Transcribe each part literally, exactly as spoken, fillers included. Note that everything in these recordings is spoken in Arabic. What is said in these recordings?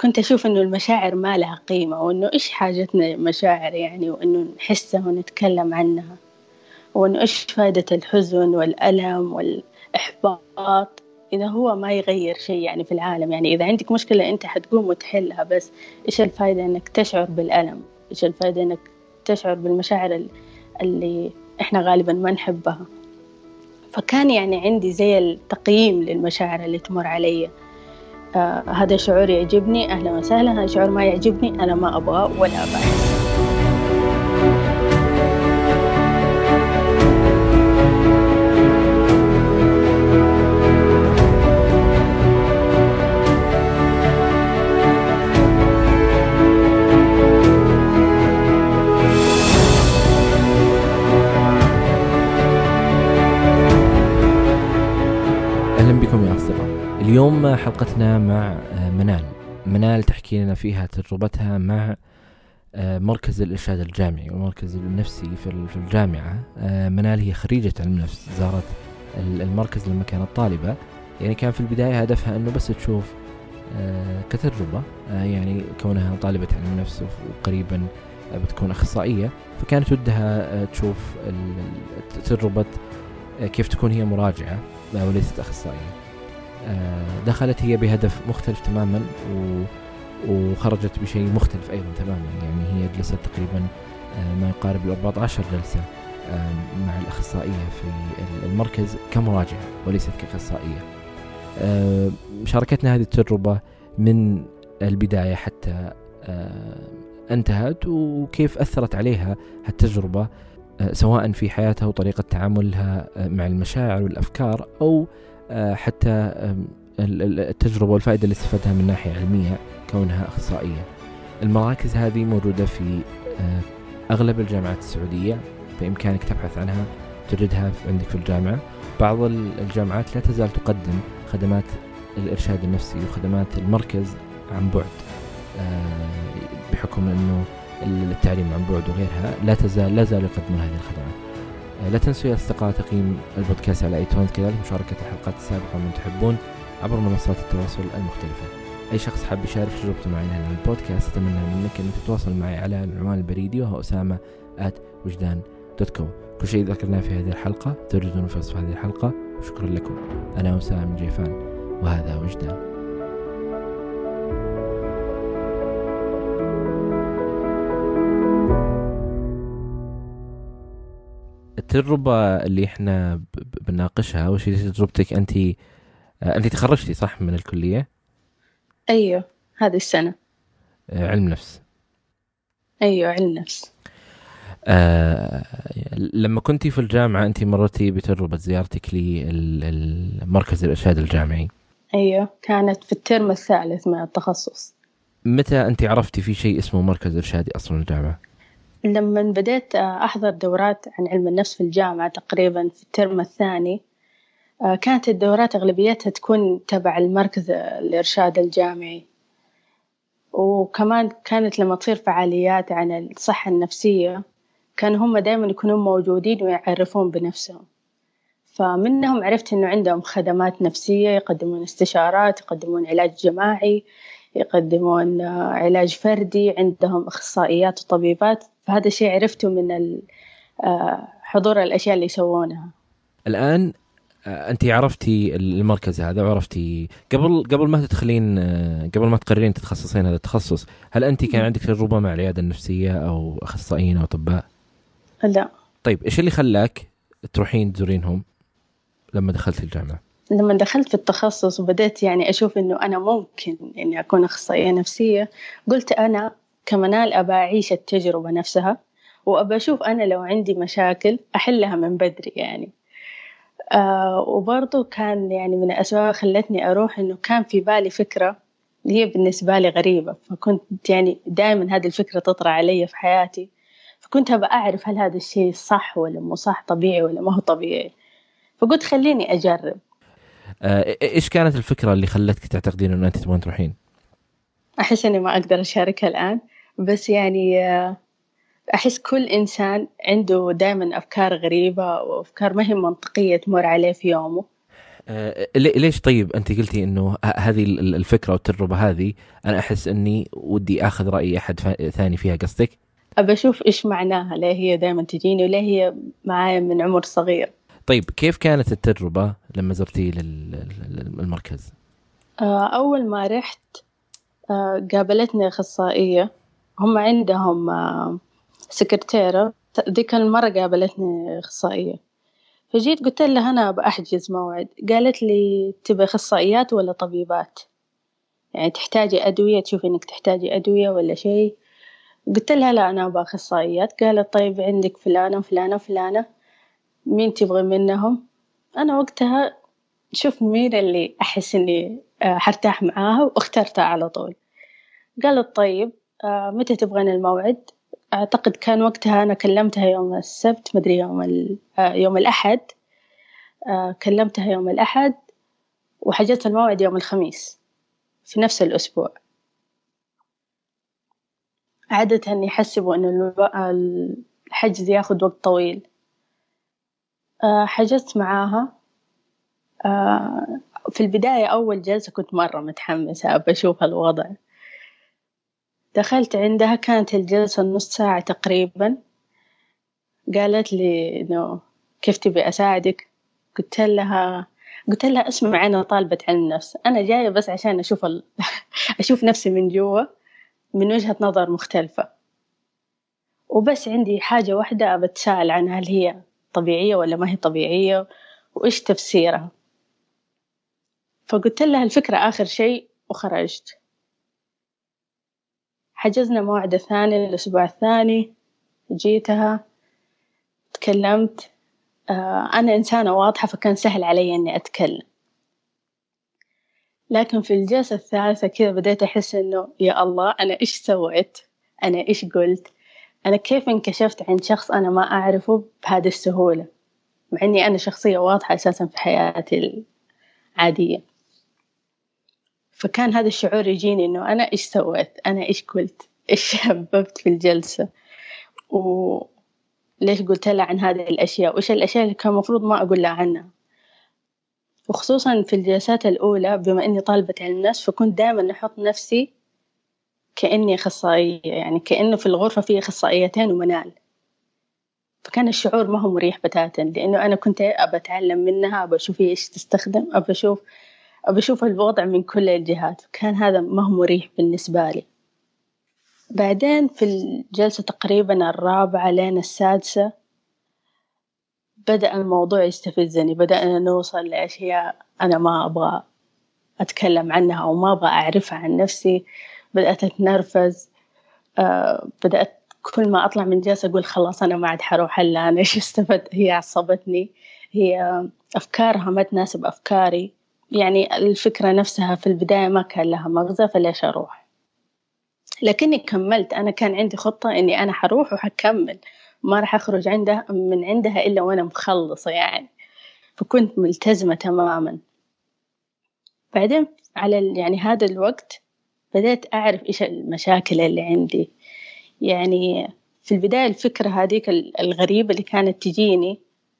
كنت أشوف إنه المشاعر ما لها قيمة، وإنه إيش حاجتنا مشاعر يعني، وإنه نحسها ونتكلم عنها، وإنه إيش فائدة الحزن والألم والإحباط إذا هو ما يغير شيء يعني في العالم. يعني إذا عندك مشكلة أنت حتقوم وتحلها، بس إيش الفائدة إنك تشعر بالألم؟ إيش الفائدة إنك تشعر بالمشاعر اللي إحنا غالبا ما نحبها؟ فكان يعني عندي زي التقييم للمشاعر اللي تمر علي. آه هذا شعور يعجبني أهلا وسهلا، هذا شعور ما يعجبني أنا ما أبغاه ولا أبغاه. اليوم حلقتنا مع منال منال تحكي لنا فيها تجربتها مع مركز الإرشاد الجامعي والمركز النفسي في الجامعة. منال هي خريجة علم نفس، زارت المركز لما كانت طالبة، يعني كان في البداية هدفها أنه بس تشوف كتجربة، يعني كونها طالبة علم نفس وقريبا بتكون أخصائية، فكانت ودها تشوف تجربة كيف تكون هي مراجعة وليست أخصائية. دخلت هي بهدف مختلف تماما وخرجت بشيء مختلف أيضا تماما. يعني هي جلست تقريبا ما يقارب الأربعة عشر جلسة مع الأخصائية في المركز كمراجعة وليست كأخصائية. شاركتنا هذه التجربة من البداية حتى انتهت، وكيف أثرت عليها التجربة سواء في حياتها وطريقة تعاملها مع المشاعر والأفكار، أو حتى التجربة والفائدة اللي استفادها من ناحية علمية كونها أخصائية. المراكز هذه موجودة في أغلب الجامعات السعودية، بإمكانك تبحث عنها تجدها عندك في الجامعة. بعض الجامعات لا تزال تقدم خدمات الإرشاد النفسي وخدمات المركز عن بعد، بحكم أنه التعليم عن بعد وغيرها لا تزال لا زال يقدمون هذه الخدمات. لا تنسوا يا أصدقاء تقييم البودكاست على ايتونز، كذلك مشاركة الحلقات السابقة من تحبون عبر منصات التواصل المختلفة. أي شخص حاب يشارك تجربته معي هنا البودكاست أتمنى منك أن تتواصل معي على العنوان البريدي وهو أسامة آت وجدان دوت كوم. كل شيء ذكرناه في هذه الحلقة تجدونه في وصف هذه الحلقة. وشكرا لكم. أنا أسامة جيفان وهذا وجدان. التجربة اللي احنا بنناقشها وش هي تجربتك انت؟ انت تخرجتي صح من الكلية؟ ايوه هذه السنة. علم نفس. ايوه علم نفس. آه لما كنتي في الجامعة انت مرتي بتجربة زيارتك للمركز الإرشاد الجامعي. ايوه كانت في الترم الثالث من التخصص. متى انت عرفتي في شيء اسمه مركز إرشادي اصلا الجامعة؟ لما بديت أحضر دورات عن علم النفس في الجامعة تقريبا في الترم الثاني، كانت الدورات أغلبيتها تكون تبع المركز الإرشاد الجامعي، وكمان كانت لما تصير فعاليات عن الصحة النفسية كانوا هم دائما يكونون موجودين ويعرفون بنفسهم. فمنهم عرفت إنه عندهم خدمات نفسية، يقدمون استشارات، يقدمون علاج جماعي، يقدمون علاج فردي، عندهم أخصائيات وطبيبات. فهذا الشيء عرفته من حضور الأشياء اللي يسوونها. الآن أنت عرفتي المركز هذا وعرفتي قبل قبل ما تدخلين قبل ما تقررين تتخصصين هذا التخصص، هل أنت كان عندك تجربة مع العيادة النفسية أو أخصائيين أو أطباء؟ لا. طيب إيش اللي خلاك تروحين تزورينهم لما دخلت الجامعة؟ لما دخلت في التخصص وبدأت يعني أشوف إنه أنا ممكن إني أكون أخصائية نفسية، قلت أنا كمنال أبى أعيش التجربة نفسها، وأبى أشوف أنا لو عندي مشاكل أحلها من بدري يعني. آه وبرضو كان يعني من الأسباب خلتني أروح إنه كان في بالي فكرة اللي هي بالنسبة لي غريبة، فكنت يعني دائما هذه الفكرة تطرأ علي في حياتي، فكنت أبى أعرف هل هذا الشيء صح ولا مو صح، طبيعي ولا ما هو طبيعي. فقلت خليني أجرب. إيش كانت الفكرة اللي خلتك تعتقدين أن أنت تبغين تروحين؟ أحس إني ما أقدر أشاركها الآن، بس يعني أحس كل إنسان عنده دائما أفكار غريبة وأفكار ما هي منطقية تمر عليه في يومه. آه ليش طيب أنت قلتي إنه هذه الفكرة والتجربة هذه أنا أحس إني ودي أخذ رأي أحد ثاني فيها، قصدك؟ أبى أشوف إيش معناها، ليه هي دائما تجيني وليه هي معايا من عمر صغير. طيب كيف كانت التجربة لما زرتي للمركز؟ أول ما رحت قابلتني أخصائية، هم عندهم سكرتيرة، ذيك المرة قابلتني أخصائية، فجيت قلت لها أنا بأحجز موعد. قالت لي تبي أخصائيات ولا طبيبات؟ يعني تحتاجي أدوية، تشوفي إنك تحتاجي أدوية ولا شيء؟ قلت لها لا أنا أبغى أخصائيات. قالت طيب عندك فلانة فلانة فلانة، مين تبغي منهم؟ أنا وقتها شوف مين اللي أحس إني حرتاح معاها واخترتها على طول. قالت طيب متى تبغين الموعد؟ أعتقد كان وقتها أنا كلمتها يوم السبت، مدري يوم ال يوم الأحد. كلمتها يوم الأحد وحجزت الموعد يوم الخميس في نفس الأسبوع. عادة يحسبوا إنه الحجز ياخد وقت طويل. حجزت معاها. في البداية أول جلسة كنت مرة متحمسة بشوف الوضع. دخلت عندها، كانت الجلسة نص ساعة تقريبا. قالت لي إنه كيف تبي أساعدك؟ قلت لها قلت لها اسمع أنا طالبة علم نفس، أنا جاية بس عشان أشوف ال... أشوف نفسي من جوا من وجهة نظر مختلفة، وبس عندي حاجة واحدة بتساءل عنها، هل هي طبيعية ولا ما هي طبيعية وإيش تفسيرها. فقلت لها الفكرة آخر شيء وخرجت. حجزنا موعد ثاني الأسبوع الثاني. جيتها تكلمت. آه أنا إنسانة واضحة فكان سهل علي إني أتكلم، لكن في الجلسة الثالثة كذا بديت أحس إنه يا الله أنا إيش سويت، أنا إيش قلت، أنا كيف انكشفت عن شخص أنا ما أعرفه بهذه السهولة، مع إني أنا شخصية واضحة أساسا في حياتي العادية. فكان هذا الشعور يجيني إنه أنا إيش سويت، أنا إيش قلت، إيش سببت في الجلسة، وليش قلت لها عن هذه الأشياء، وإيش الأشياء اللي كان مفروض ما أقول لها عنها. وخصوصا في الجلسات الأولى بما إني طالبة علم نفس فكنت دائما أحط نفسي كأني أخصائية، يعني كأنه في الغرفة في أخصائيتين ومنال. فكان الشعور ما هو مريح بتاتا، لأنه أنا كنت أبى أتعلم منها، أبى أشوف إيش تستخدم، أبى أشوف أبى أشوف الوضع من كل الجهات. كان هذا ما هو مريح بالنسبة لي. بعدين في الجلسة تقريبا الرابعة لين السادسة بدأ الموضوع يستفزني، بدأنا نوصل لأشياء أنا ما أبغى أتكلم عنها أو ما أبغى أعرفها عن نفسي. بدأت أتنرفز. آه بدأت كل ما أطلع من جلسة أقول خلاص أنا ما عاد حروح إلا أنا إيش استفدت، هي عصبتني، هي أفكارها ما تناسب أفكاري. يعني الفكرة نفسها في البداية ما كان لها مغزى، فليش أروح؟ لكني كملت. أنا كان عندي خطة إني أنا حروح وحكمل، ما راح أخرج عندها من عندها إلا وأنا مخلصة يعني. فكنت ملتزمة تماما. بعدين على يعني هذا الوقت بدأت أعرف إيش المشاكل اللي عندي. يعني في البداية الفكرة هذيك الغريبة اللي كانت تجيني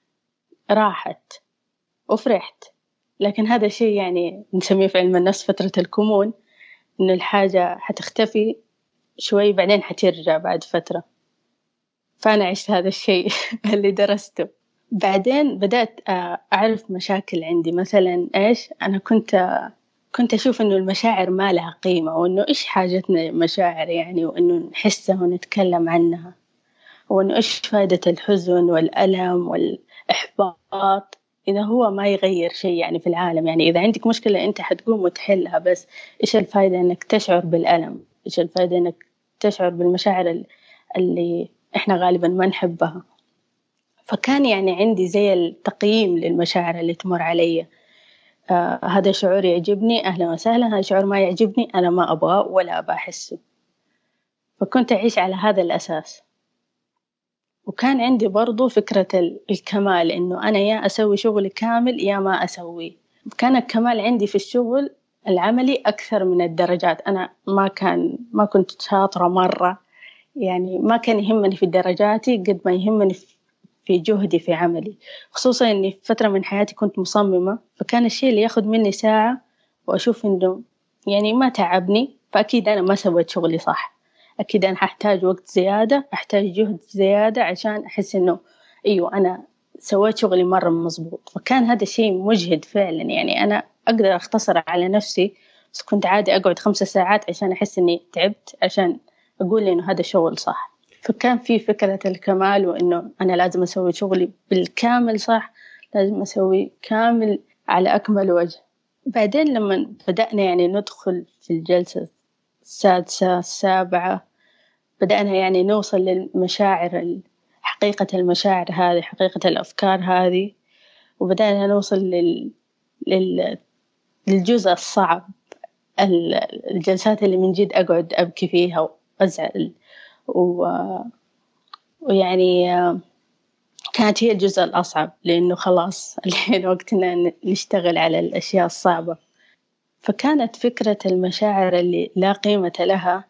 راحت وفرحت، لكن هذا الشيء يعني نسميه في علم النفس فترة الكمون، إنه الحاجة حتختفي شوي بعدين حترجع بعد فترة. فأنا عشت هذا الشيء اللي درسته. بعدين بدأت أعرف مشاكل عندي، مثلا إيش أنا كنت كنت أشوف إنه المشاعر ما لها قيمة، وإنه إيش حاجتنا مشاعر يعني، وإنه نحسها ونتكلم عنها، وإنه إيش فائدة الحزن والألم والإحباط إذا هو ما يغير شيء يعني في العالم. يعني إذا عندك مشكلة أنت حتقوم وتحلها، بس إيش الفائدة إنك تشعر بالألم؟ إيش الفائدة إنك تشعر بالمشاعر اللي إحنا غالبا ما نحبها؟ فكان يعني عندي زي التقييم للمشاعر اللي تمر علي. آه هذا شعور يعجبني أهلا وسهلا، هذا شعور ما يعجبني أنا ما أبغاه ولا أبغى أحسه. فكنت أعيش على هذا الأساس. وكان عندي برضو فكرة الكمال، إنه أنا يا أسوي شغل كامل يا ما أسويه. كان الكمال عندي في الشغل العملي أكثر من الدرجات. أنا ما كان ما كنت شاطرة مرة، يعني ما كان يهمني في درجاتي قد ما يهمني في جهدي في عملي، خصوصا إني في فترة من حياتي كنت مصممة، فكان الشيء اللي ياخد مني ساعة وأشوف إنه يعني ما تعبني، فأكيد أنا ما سويت شغلي صح، أكيد أنا هحتاج وقت زيادة، أحتاج جهد زيادة عشان أحس إنه أيوة أنا سويت شغلي مرة مظبوط. فكان هذا الشيء مجهد فعلا، يعني أنا أقدر أختصر على نفسي، بس كنت عادي أقعد خمسة ساعات عشان أحس إني تعبت، عشان أقول إنه هذا شغل صح. فكان في فكرة الكمال، وإنه أنا لازم أسوي شغلي بالكامل صح، لازم أسوي كامل على أكمل وجه. بعدين لما بدأنا يعني ندخل في الجلسة السادسة السابعة، بدأنا يعني نوصل للمشاعر، حقيقة المشاعر هذه، حقيقة الأفكار هذه، وبدأنا نوصل لل... لل... للجزء الصعب، الجلسات اللي من جد أقعد أبكي فيها وأزعل و... ويعني كانت هي الجزء الأصعب، لأنه خلاص الحين وقتنا نشتغل على الأشياء الصعبة. فكانت فكرة المشاعر اللي لا قيمة لها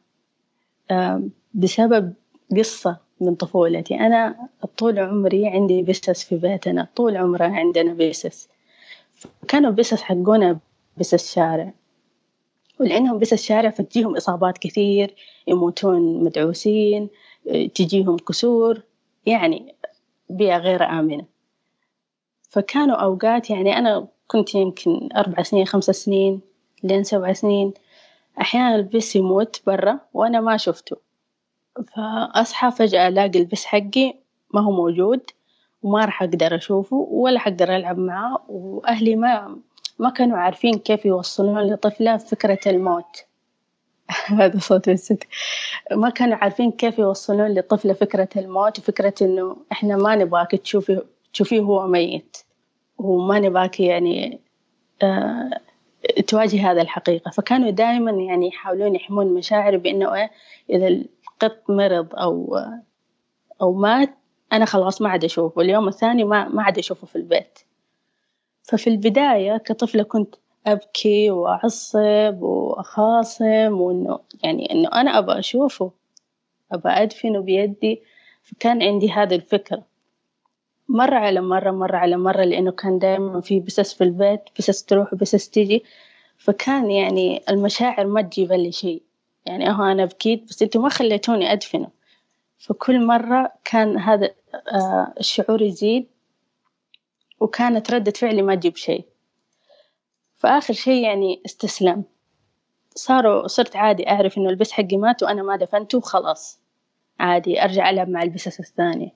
بسبب قصة من طفولتي. أنا طول عمري عندي بسس في بيتنا، طول عمرنا عندنا بسس، كانوا بسس حقونا بسس شارع، ولأنهم بسس شارع فتجيهم إصابات كثير، يموتون مدعوسين، تجيهم كسور، يعني بيئة غير آمنة. فكانوا أوقات يعني أنا كنت يمكن أربع سنين خمس سنين لين سبع سنين، أحيانا البس يموت برا وأنا ما شفته، فأصحى فجأة ألاقي البس حقي ما هو موجود، وما راح أقدر أشوفه ولا أقدر ألعب معه. وأهلي ما ما كانوا عارفين كيف يوصلون لطفلة فكرة الموت هذا صوت الست، ما كانوا عارفين كيف يوصلون لطفلة فكرة الموت، وفكرة إنه إحنا ما نبغاك تشوفي تشوفيه هو ميت، وما نبغاك يعني آه تواجه هذا الحقيقة. فكانوا دائما يعني يحاولون يحمون مشاعري بأنه إيه، إذا القط مرض أو أو مات أنا خلاص ما عاد أشوفه، اليوم الثاني ما ما عاد أشوفه في البيت. ففي البداية كطفلة كنت أبكي وأعصب وأخاصم، وإنه يعني إنه أنا أبغى أشوفه، أبغى أدفنه بيدي. فكان عندي هذه الفكرة مرة على مرة مرة على مرة، لأنه كان دائما في بسس في البيت، بسس تروح وبسس تيجي. فكان يعني المشاعر ما تجيب لي شيء، يعني أهو أنا بكيت بس أنتوا ما خليتوني أدفنه. فكل مرة كان هذا آه الشعور يزيد، وكانت ردة فعلي ما تجيب شيء. فآخر شيء يعني استسلم، صاروا صرت عادي أعرف إنه البس حقي مات وأنا ما دفنته، وخلاص عادي أرجع ألعب مع البسس الثانية.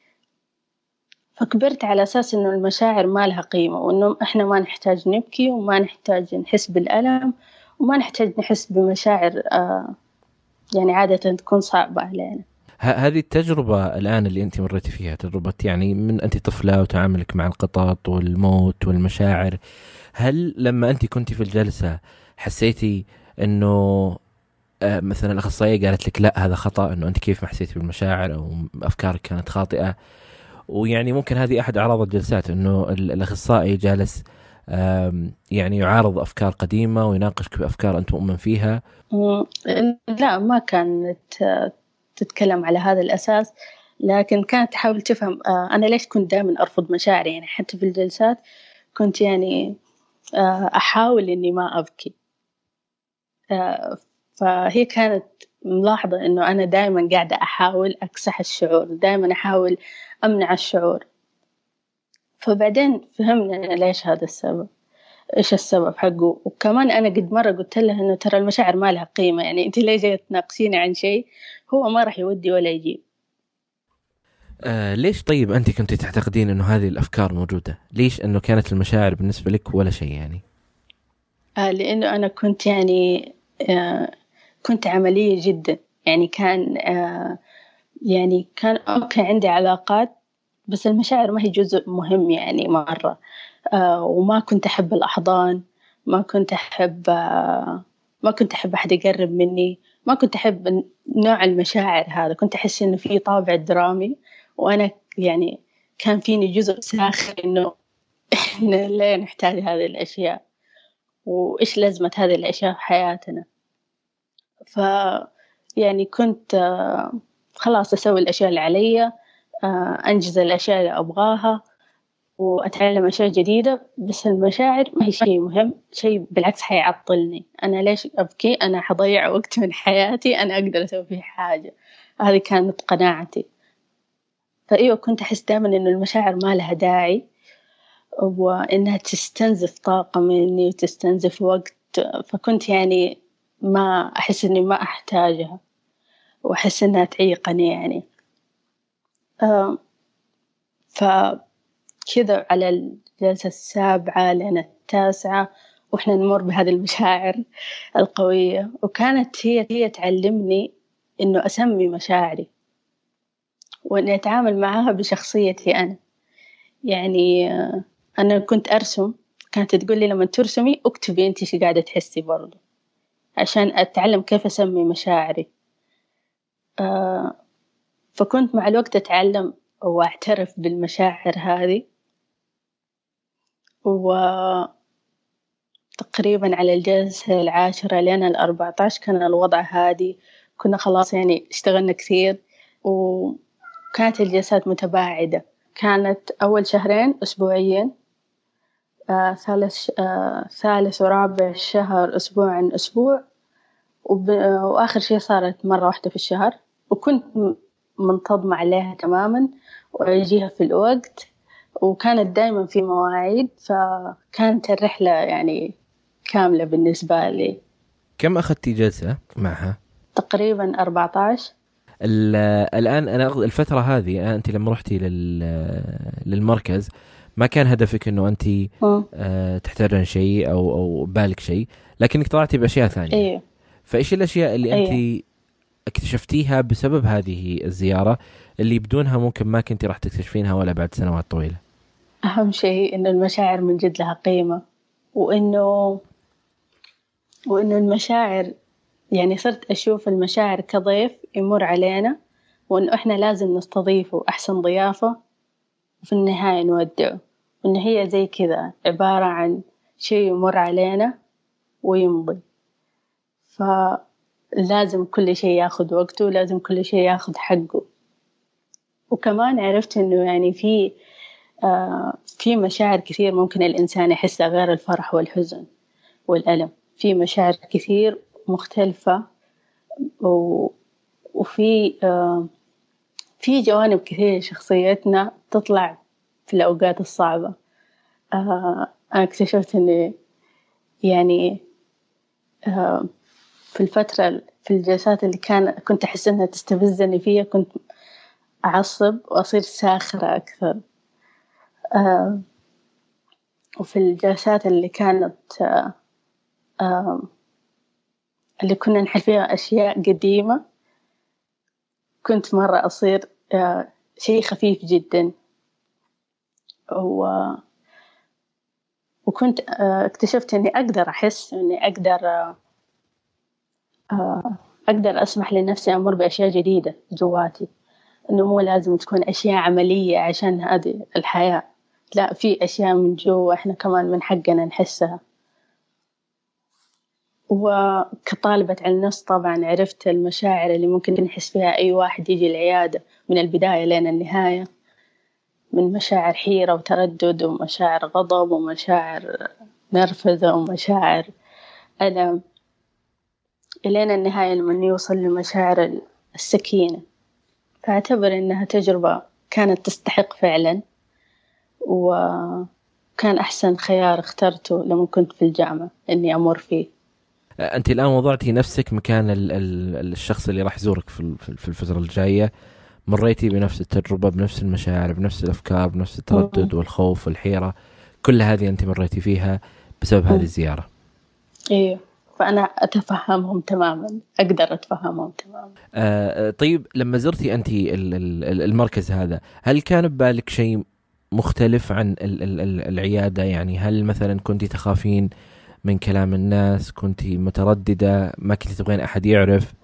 فكبرت على أساس إنه المشاعر ما لها قيمة، وإنه إحنا ما نحتاج نبكي، وما نحتاج نحس بالألم، وما نحتاج نحس بمشاعر آه يعني عادة تكون صعبة علينا. هذه التجربة الآن اللي أنت مريتي فيها، تجربة يعني من أنت طفلة وتعاملك مع القطط والموت والمشاعر، هل لما أنت كنت في الجلسة حسيتي إنه آه مثلا الأخصائية قالت لك لا هذا خطأ، إنه أنت كيف ما حسيتي بالمشاعر أو أفكارك كانت خاطئة؟ ويعني ممكن هذه أحد أعراض الجلسات، إنه الأخصائي جالس يعني يعارض أفكار قديمة ويناقشك بأفكار أنت مؤمن فيها. لا، ما كانت تتكلم على هذا الأساس، لكن كانت تحاول تفهم أنا ليش كنت دائما أرفض مشاعري. يعني حتى في الجلسات كنت يعني أحاول إني ما أبكي، فهي كانت ملاحظة إنه أنا دائما قاعدة أحاول أكسح الشعور، دائما أحاول أمنع الشعور. فبعدين فهمنا ليش هذا السبب، إيش السبب حقه. وكمان أنا قد مرة قلت لها إنه ترى المشاعر ما لها قيمة، يعني أنت ليه جاي تناقشيني عن شيء هو ما راح يودي ولا يجيب. آه ليش طيب أنت كنت تعتقدين إنه هذه الأفكار موجودة؟ ليش إنه كانت المشاعر بالنسبة لك ولا شيء يعني؟ آه لأنه أنا كنت يعني آه كنت عملية جدا، يعني كان آه يعني كان أوكي عندي علاقات، بس المشاعر ما هي جزء مهم يعني مرة. آه وما كنت أحب الأحضان، ما كنت أحب آه ما كنت أحب أحد يقرب مني، ما كنت أحب نوع المشاعر هذا. كنت أحس إنه في طابع درامي، وأنا يعني كان فيني جزء ساخر إنه إحنا لا نحتاج هذه الأشياء، وإيش لازمة هذه الأشياء في حياتنا. ف يعني كنت آه خلاص أسوي الأشياء اللي علي، أنجز الأشياء اللي أبغاها وأتعلم أشياء جديدة. بس المشاعر ما هي شيء مهم، شيء بالعكس حيعطلني. أنا ليش أبكي؟ أنا حضيع وقت من حياتي أنا أقدر أسوي فيه حاجة. هذه كانت قناعتي. فأيوة كنت أحس دائما إنه المشاعر ما لها داعي، وإنها تستنزف طاقة مني وتستنزف وقت. فكنت يعني ما أحس إني ما أحتاجها، وأحس إنها تعيقني يعني. فكذا على الجلسة السابعة لين التاسعة وإحنا نمر بهذه المشاعر القوية، وكانت هي هي تعلمني إنه أسمي مشاعري وإني أتعامل معها بشخصيتي أنا. يعني أنا كنت أرسم، كانت تقول لي لما ترسمي اكتبي أنت شو قاعدة تحسي برضو، عشان أتعلم كيف أسمي مشاعري. آه فكنت مع الوقت أتعلم وأعترف بالمشاعر هذه. وتقريبا على الجلسة العاشرة لين الأربعة عشر كان الوضع هادي، كنا خلاص يعني اشتغلنا كثير، وكانت الجلسات متباعدة. كانت أول شهرين أسبوعيا، آه ثالث آه ثالث ورابع شهر أسبوع عن أسبوع، وب... وآخر شيء صارت مرة واحدة في الشهر. وكنت منتظمة عليها تماما وأجيها في الوقت، وكانت دائما في مواعيد، فكانت الرحلة يعني كاملة بالنسبة لي. كم أخذتي جلسة معها؟ تقريبا أربعة عشر. الآن أنا الفترة هذه أنت لما رحتي للمركز ما كان هدفك إنه أنت آه تحتاجين شيء أو أو بالك شيء، لكنك طلعتي بأشياء ثانية. إيه. فإيش الأشياء اللي إيه. أنت اكتشفتيها بسبب هذه الزيارة اللي بدونها ممكن ما كنتي راح تكتشفينها ولا بعد سنوات طويلة؟ أهم شيء إنه المشاعر من جد لها قيمة، وإنه وإنه المشاعر يعني صرت أشوف المشاعر كضيف يمر علينا، وإنه إحنا لازم نستضيفه أحسن ضيافة، وفي النهاية نودعه. وإن هي زي كذا عبارة عن شيء يمر علينا ويمضي. فلازم كل شيء ياخد وقته، لازم كل شيء ياخد حقه. وكمان عرفت إنه يعني في آه في مشاعر كثير ممكن الإنسان يحسها غير الفرح والحزن والألم. في مشاعر كثير مختلفة، و... وفي آه في جوانب كثير شخصيتنا تطلع في الأوقات الصعبة. آه أنا اكتشفت إني يعني آه في الفترة في الجلسات اللي كان كنت أحس إنها تستفزني فيها كنت أعصب وأصير ساخرة أكثر. آه وفي الجلسات اللي كانت آه آه اللي كنا نحل فيها أشياء قديمة كنت مرة أصير آه شيء خفيف جدا. و... وكنت آه اكتشفت إني أقدر أحس، إني أقدر آه آه أقدر أسمح لنفسي أمر بأشياء جديدة جواتي، إنه مو لازم تكون أشياء عملية عشان هذه الحياة، لا، في أشياء من جوا إحنا كمان من حقنا نحسها. وكطالبة علم نفس طبعا عرفت المشاعر اللي ممكن نحس فيها أي واحد يجي العيادة من البداية لين النهاية، من مشاعر حيرة وتردد ومشاعر غضب ومشاعر نرفزة ومشاعر ألم، إلين النهاية لما يوصل لمشاعر السكينة. فأعتبر إنها تجربة كانت تستحق فعلا، وكان أحسن خيار اخترته لما كنت في الجامعة إني أمر فيه. أنت الآن وضعتي نفسك مكان ال ال الشخص اللي راح يزورك في في الفترة الجاية، مريتي بنفس التجربة، بنفس المشاعر، بنفس الأفكار، بنفس التردد والخوف والحيرة، كل هذه أنت مريتي فيها بسبب هذه الزيارة. إيه، فأنا أتفهمهم تماما، أقدر أتفهمهم تماما. آه طيب لما زرتي أنت المركز هذا، هل كان ببالك شيء مختلف عن العيادة؟ يعني هل مثلا كنتي تخافين من كلام الناس، كنتي مترددة، ما كنتي تبغين أحد يعرف،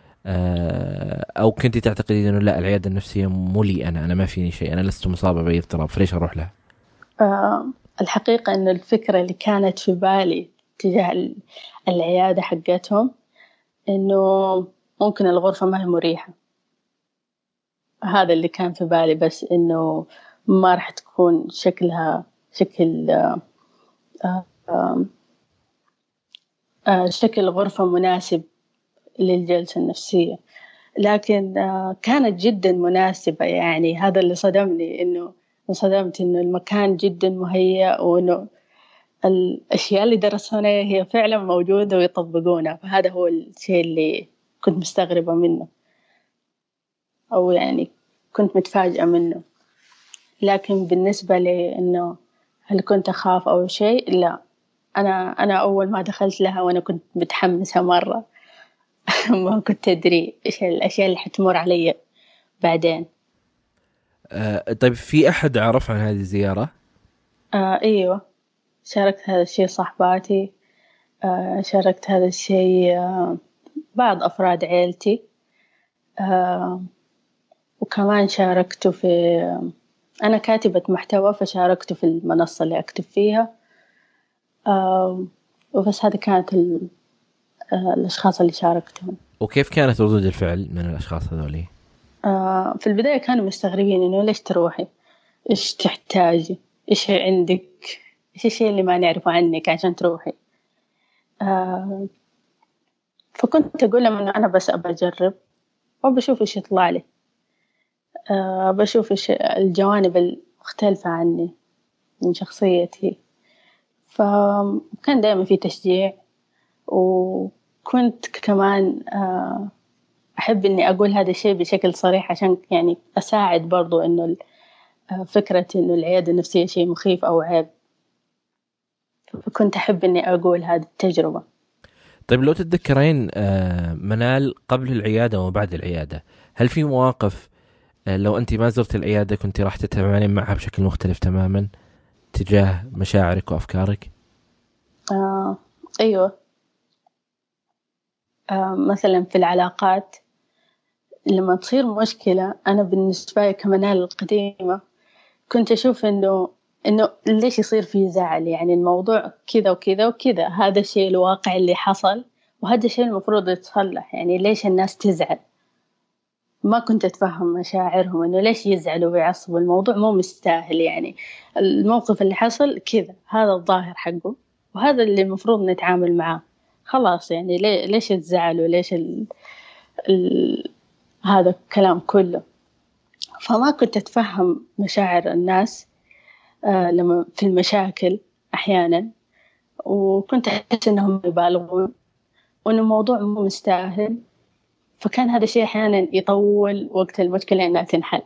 أو كنتي تعتقدين أنه لا، العيادة النفسية مو لي أنا أنا ما فيني شيء، أنا لست مصابة بأي اضطراب، فليش أروح لها؟ آه الحقيقة أن الفكرة اللي كانت في بالي تجاه العيادة حقتهم إنه ممكن الغرفة ما هي مريحة، هذا اللي كان في بالي، بس إنه ما راح تكون شكلها شكل آه آه آه شكل غرفة مناسب للجلسة النفسية، لكن آه كانت جدا مناسبة. يعني هذا اللي صدمني، إنه انصدمت إنه المكان جدا مهيأ، وإنه الأشياء اللي درسونها هي فعلا موجودة ويطبقونها. فهذا هو الشيء اللي كنت مستغربة منه، أو يعني كنت متفاجئة منه. لكن بالنسبة لي إنه هل كنت أخاف أو شيء، لا، أنا أنا أول ما دخلت لها وأنا كنت متحمسة مرة. ما كنت أدري إيش الأشياء اللي حتمر علي بعدين. آه طيب، في أحد عرف عن هذه الزيارة؟ آه أيوة، شاركت هذا الشيء صاحباتي، آه شاركت هذا الشيء آه بعض أفراد عائلتي، آه وكمان شاركته في آه أنا كاتبة محتوى، فشاركته في المنصة اللي أكتب فيها. آه وبس هذه كانت آه الأشخاص اللي شاركتهم. وكيف كانت ردود الفعل من الأشخاص هذولي؟ آه في البداية كانوا مستغربين إنه ليش تروحي، إيش تحتاجي، إيش عندك، إيش الشيء اللي ما نعرفه عنك عشان تروحي. آه فكنت أقول لهم إنه أنا بس أبى أجرب وبشوف إيش يطلع لي، أه بشوف إيش الجوانب المختلفة عني من شخصيتي. فكان دائما في تشجيع، وكنت كمان أه أحب إني أقول هذا الشيء بشكل صريح، عشان يعني أساعد برضو إنه فكرة إنه العيادة النفسية شيء مخيف أو عيب. فكنت أحب إني أقول هذه التجربة. طيب، لو تتذكرين منال قبل العيادة وبعد العيادة، هل في مواقف لو أنت ما زرت العيادة كنت راح تتعاملين معها بشكل مختلف تماما تجاه مشاعرك وأفكارك؟ آه أيوة. آه مثلا في العلاقات لما تصير مشكلة، أنا بالنسبة لي كمنال القديمة كنت أشوف إنه إنه ليش يصير فيه زعل، يعني الموضوع كذا وكذا وكذا، هذا الشيء الواقع اللي حصل وهذا الشيء المفروض يتصلح. يعني ليش الناس تزعل؟ ما كنت أتفهم مشاعرهم، إنه ليش يزعلوا ويعصبوا، الموضوع مو مستاهل. يعني الموقف اللي حصل كذا، هذا الظاهر حقه وهذا اللي المفروض نتعامل معاه، خلاص. يعني ليش الزعل وليش ال... ال... هذا الكلام كله. فما كنت أتفهم مشاعر الناس آه لما في المشاكل أحيانا، وكنت أحس إنهم يبالغون وإنه الموضوع مو مستاهل. فكان هذا الشيء أحيانا يطول وقت المشكلة إنها تنحل،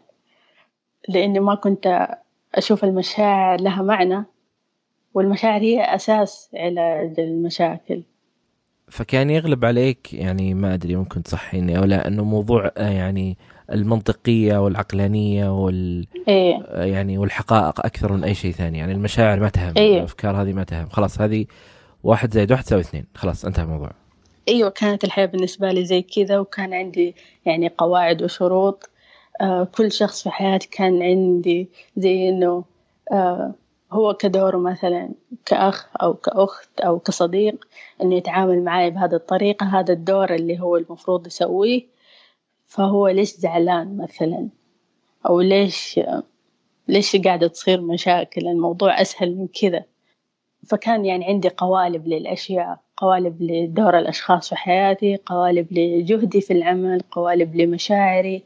لأني ما كنت أشوف المشاعر لها معنى، والمشاعر هي أساس علاج المشاكل. فكان يغلب عليك، يعني ما أدري ممكن تصحيني أو لا، أنه موضوع يعني المنطقية والعقلانية وال إيه؟ يعني والحقائق أكثر من أي شيء ثاني. يعني المشاعر ما تهم، إيه؟ الأفكار هذه ما تهم، خلاص هذه واحد زائد واحد تساوي اثنين، خلاص انتهى الموضوع. أيوة، كانت الحياة بالنسبة لي زي كذا، وكان عندي يعني قواعد وشروط. آه كل شخص في حياتي كان عندي زي إنه آه هو كدوره، مثلا كأخ أو كأخت أو كصديق، إنه يتعامل معي بهذه الطريقة، هذا الدور اللي هو المفروض يسويه. فهو ليش زعلان مثلا، أو ليش ليش قاعدة تصير مشاكل، الموضوع أسهل من كذا. فكان يعني عندي قوالب للأشياء، قوالب لدور الأشخاص في حياتي، قوالب لجهدي في العمل، قوالب لمشاعري.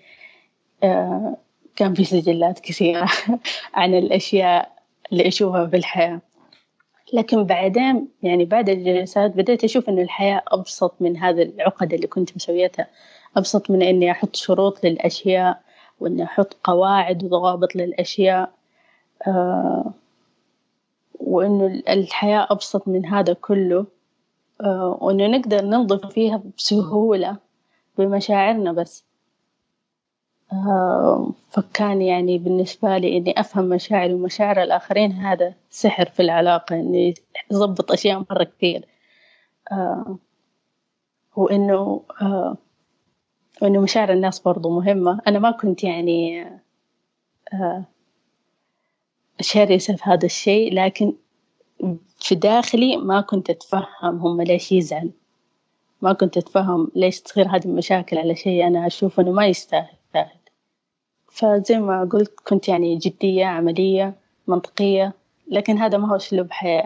آه كان في سجلات كثيرة عن الأشياء اللي أشوفها في الحياة. لكن بعدين يعني بعد الجلسات بدأت أشوف إنه الحياة أبسط من هذا العقد اللي كنت مسويتها، أبسط من إني أحط شروط للأشياء، وإني أحط قواعد وضوابط للأشياء. آه وإنه الحياة أبسط من هذا كله، آه وإنه نقدر ننظر فيها بسهولة بمشاعرنا بس. آه فكان يعني بالنسبة لي إني أفهم مشاعري ومشاعر الآخرين هذا سحر في العلاقة، إني يضبط أشياء مرة كثير. آه وإنه آه وإنه مشاعر الناس برضو مهمة. أنا ما كنت يعني آه شرسة في هذا الشيء، لكن في داخلي ما كنت أتفهم هم ليش يزعل، ما كنت أتفهم ليش تصير هذه المشاكل على شيء أنا أشوف أنه ما يستاهل. فزي ما قلت كنت يعني جدية عملية منطقية، لكن هذا ما هو أسلوب حياة،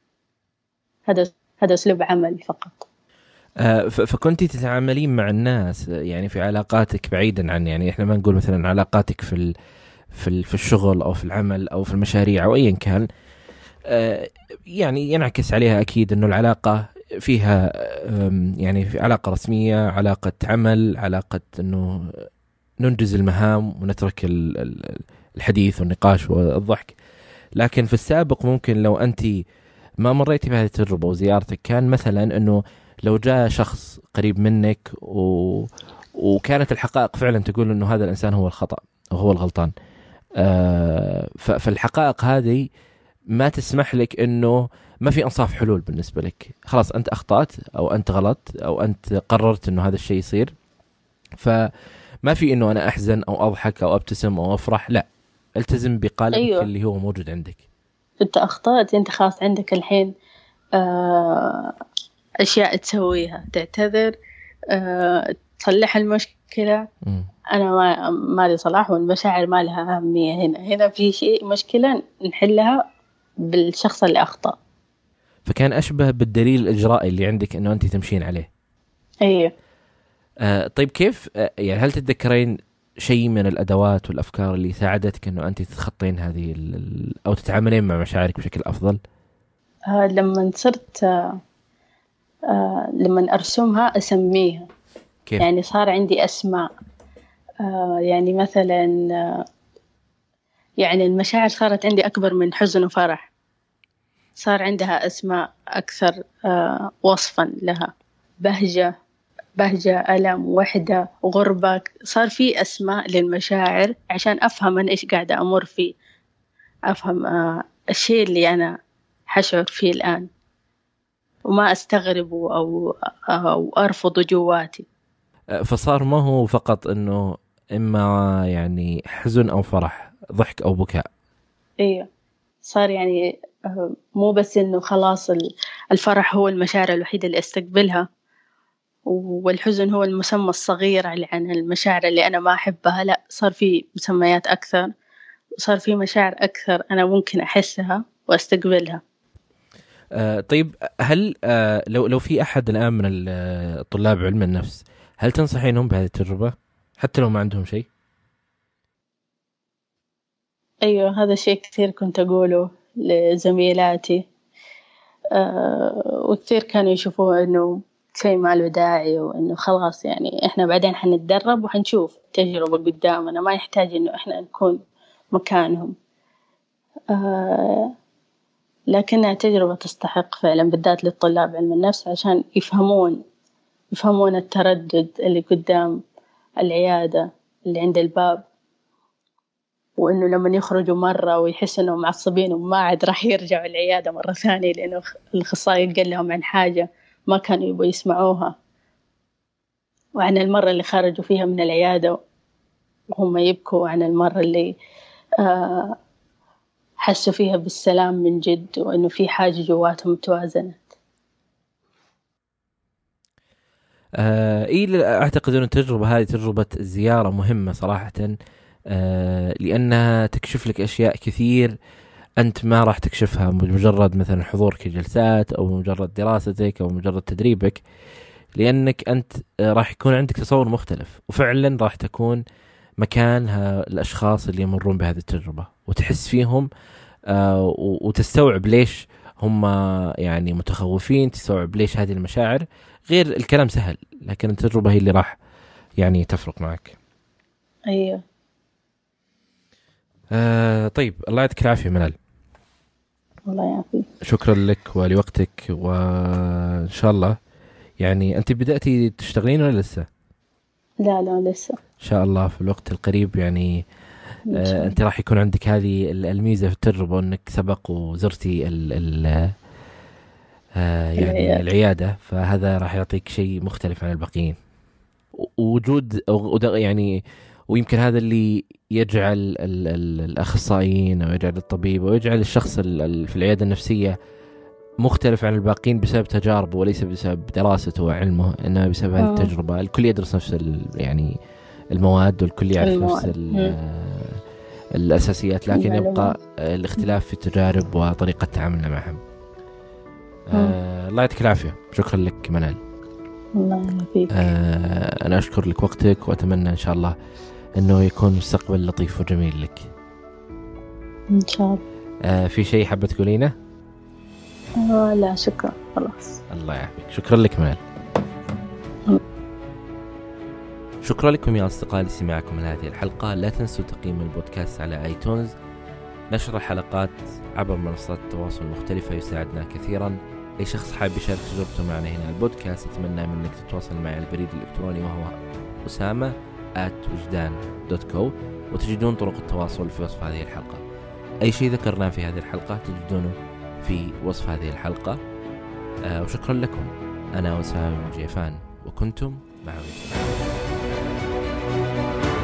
هذا هذا أسلوب عمل فقط. آه فكنتي تتعاملين مع الناس يعني في علاقاتك بعيدا عن يعني إحنا ما نقول مثلا علاقاتك في ال في في الشغل أو في العمل أو في المشاريع أو أيا كان، آه يعني ينعكس عليها أكيد إنه العلاقة فيها يعني في علاقة رسمية، علاقة عمل، علاقة إنه ننجز المهام ونترك الحديث والنقاش والضحك. لكن في السابق ممكن لو أنت ما مريتي بهذه التجربة وزيارتك، كان مثلا أنه لو جاء شخص قريب منك و... وكانت الحقائق فعلا تقول أنه هذا الإنسان هو الخطأ أو هو الغلطان، آه فالحقائق هذه ما تسمح لك أنه ما في أنصاف حلول بالنسبة لك، خلاص أنت أخطأت أو أنت غلط أو أنت قررت أنه هذا الشيء يصير، فما في أنه أنا أحزن أو أضحك أو أبتسم أو أفرح، لا، التزم بقالبك أيوة. اللي هو موجود عندك. أنت أخطأت، أنت خلاص عندك الحين آه أشياء تسويها، تعتذر، آه تصلح المشكلة. م. أنا ما ما لي صلاح، والمشاعر ما لها أهمية هنا. هنا في شيء مشكلة نحلها بالشخص اللي أخطأ. فكان أشبه بالدليل الإجرائي اللي عندك إنه أنت تمشين عليه. أيوة. آه طيب كيف آه يعني هل تتذكرين شيء من الأدوات والأفكار اللي ساعدتك إنه أنت تتخطين هذه أو تتعاملين مع مشاعرك بشكل أفضل؟ آه لما صرت آه آه لما أرسمها أسميها. كيف؟ يعني صار عندي أسماء، آه يعني مثلا آه يعني المشاعر صارت عندي أكبر من حزن وفرح، صار عندها أسماء أكثر آه وصفا لها، بهجة بهجة، ألم، وحدة، غربة. صار في أسماء للمشاعر عشان أفهم أنا إيش قاعدة أمر فيه، أفهم آه الشيء اللي أنا حشعر فيه الآن وما أستغربه أو أو أرفضه جواتي. فصار ما هو فقط إنه إما يعني حزن أو فرح، ضحك أو بكاء. إيه، صار يعني مو بس إنه خلاص الفرح هو المشاعر الوحيدة اللي أستقبلها، والحزن هو المسمى الصغير عن المشاعر اللي أنا ما أحبها، لا، صار في مسميات أكثر، صار في مشاعر أكثر أنا ممكن أحسها وأستقبلها. آه طيب هل آه لو لو في أحد الآن من الطلاب علم النفس، هل تنصحينهم بهذه التجربة حتى لو ما عندهم شيء؟ أيوة، هذا شيء كثير كنت أقوله لزميلاتي، آه وكثير كانوا يشوفوه إنه شيء ما له داعي، وإنه خلاص يعني إحنا بعدين حنتدرب وحنشوف تجربة قدامنا، ما يحتاج إنه إحنا نكون مكانهم. آه لكنها تجربة تستحق فعلا، بالذات للطلاب علم النفس، عشان يفهمون يفهمون التردد اللي قدام العيادة اللي عند الباب، وإنه لما يخرجوا مرة ويحسوا إنهم معصبين وما عاد راح يرجعوا العيادة مرة ثانية، لأنه الأخصائي قال لهم عن حاجة ما كانوا يبغوا يسمعوها، وعن المرة اللي خرجوا فيها من العيادة وهم يبكوا عن المرة اللي آه حسوا فيها بالسلام من جد، وإنه في حاجة جواتهم توازنت. آه إيه، أعتقد أن التجربة هذه تجربة الزيارة مهمة صراحة، آه لأنها تكشف لك أشياء كثير أنت ما راح تكشفها بمجرد مثلا حضورك جلسات أو مجرد دراستك أو مجرد تدريبك، لأنك أنت راح يكون عندك تصور مختلف، وفعلا راح تكون مكان الأشخاص اللي يمرون بهذه التجربة وتحس فيهم، آه وتستوعب ليش هم يعني متخوفين، تستوعب ليش هذه المشاعر. غير الكلام سهل، لكن التجربة هي اللي راح يعني تفرق معك. أيوه. آه طيب، الله يعطيك العافية منال. الله يعافيك. شكرا لك ولوقتك، وإن شاء الله يعني أنت بدأتي تشتغلين ولا لسه؟ لا لا لسه. إن شاء الله في الوقت القريب يعني آه أنت راح يكون عندك هذه الميزة في التجربة، أنك سبق وزرتي ال ال آه يعني العيادة. العيادة، فهذا راح يعطيك شيء مختلف عن الباقيين، وجود يعني، ويمكن هذا اللي يجعل ال ال الأخصائيين أو يجعل الطبيب أو يجعل الشخص في العيادة النفسية مختلف عن الباقين بسبب تجاربه وليس بسبب دراسته وعلمه، إنما بسبب هذه التجربة. الكل يدرس نفس يعني المواد والكل يعرف المواد. نفس الأساسيات، لكن يبقى الاختلاف في التجارب وطريقة تعاملنا معهم. آه الله يعطيك العافية. شكرا لك منال. الله يعافيك. آه أنا أشكر لك وقتك، وأتمنى إن شاء الله أنه يكون مستقبل لطيف وجميل لك إن شاء الله. آه في شيء حابة تقولينه؟ آه لا شكرا خلاص. الله يعافيك. شكرا لك منال. شكرا لكم يا أصدقائي لسماعكم لهذه الحلقة. لا تنسوا تقييم البودكاست على آيتونز. نشر الحلقات عبر منصات التواصل المختلفة يساعدنا كثيرا. أي شخص حاب يشارك تجربته معنا هنا البودكاست أتمنى منك تتواصل معي على البريد الإلكتروني وهو أسامة آت وجدان دوت كو، وتجدون طرق التواصل في وصف هذه الحلقة. أي شيء ذكرناه في هذه الحلقة تجدونه في وصف هذه الحلقة. آه وشكرا لكم. أنا أسامة جيفان وكنتم مع وجدان.